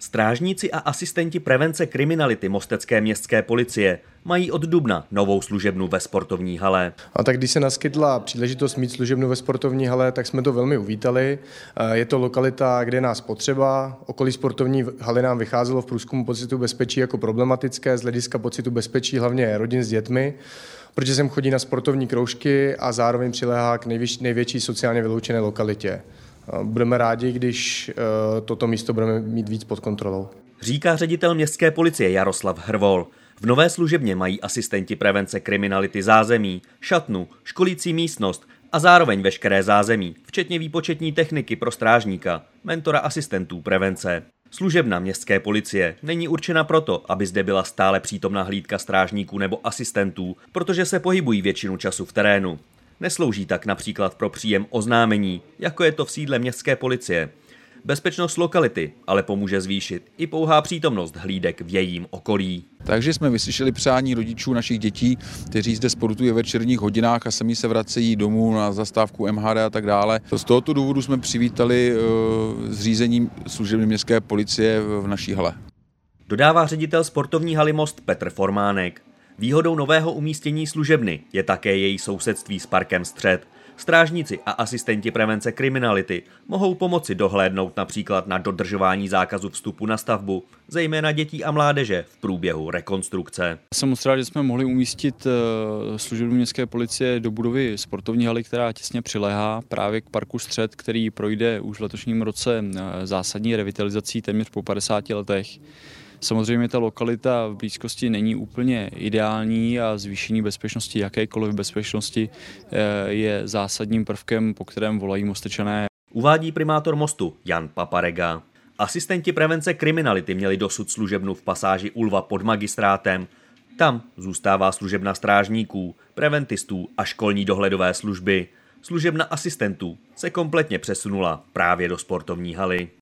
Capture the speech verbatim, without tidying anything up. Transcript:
Strážníci a asistenti prevence kriminality Mostecké městské policie mají od dubna novou služebnu ve sportovní hale. A tak když se naskytla příležitost mít služebnu ve sportovní hale, tak jsme to velmi uvítali. Je to lokalita, kde je nás potřeba. Okolí sportovní haly nám vycházelo v průzkumu pocitu bezpečí jako problematické z hlediska pocitu bezpečí hlavně rodin s dětmi, protože sem chodí na sportovní kroužky a zároveň přiléhá k největší, největší sociálně vyloučené lokalitě. Budeme rádi, když toto místo budeme mít víc pod kontrolou. Říká ředitel městské policie Jaroslav Hrvol. V nové služebně mají asistenti prevence kriminality zázemí, šatnu, školící místnost a zároveň veškeré zázemí, včetně výpočetní techniky pro strážníka, mentora asistentů prevence. Služebna městské policie není určena proto, aby zde byla stále přítomná hlídka strážníků nebo asistentů, protože se pohybují většinu času v terénu. Neslouží tak například pro příjem oznámení, jako je to v sídle městské policie. Bezpečnost lokality ale pomůže zvýšit i pouhá přítomnost hlídek v jejím okolí. Takže jsme vyslyšeli přání rodičů našich dětí, kteří zde sportují ve večerních hodinách a sami se vracejí domů na zastávku M H D a tak dále. Z tohoto důvodu jsme přivítali zřízení služebny městské policie v naší hale. Dodává ředitel sportovní haly Most Petr Formánek. Výhodou nového umístění služebny je také její sousedství s parkem Střed. Strážníci a asistenti prevence kriminality mohou pomoci dohlédnout například na dodržování zákazu vstupu na stavbu, zejména dětí a mládeže v průběhu rekonstrukce. Jsem moc rád, že jsme mohli umístit služebnu městské policie do budovy sportovní haly, která těsně přiléhá právě k parku Střed, který projde už v letošním roce zásadní revitalizací téměř po padesáti letech. Samozřejmě ta lokalita v blízkosti není úplně ideální a zvýšení bezpečnosti, jakékoliv bezpečnosti, je zásadním prvkem, po kterém volají Mostečané. Uvádí primátor Mostu Jan Paparega. Asistenti prevence kriminality měli dosud služebnu v pasáži Ulva pod magistrátem. Tam zůstává služebna strážníků, preventistů a školní dohledové služby. Služebna asistentů se kompletně přesunula právě do sportovní haly.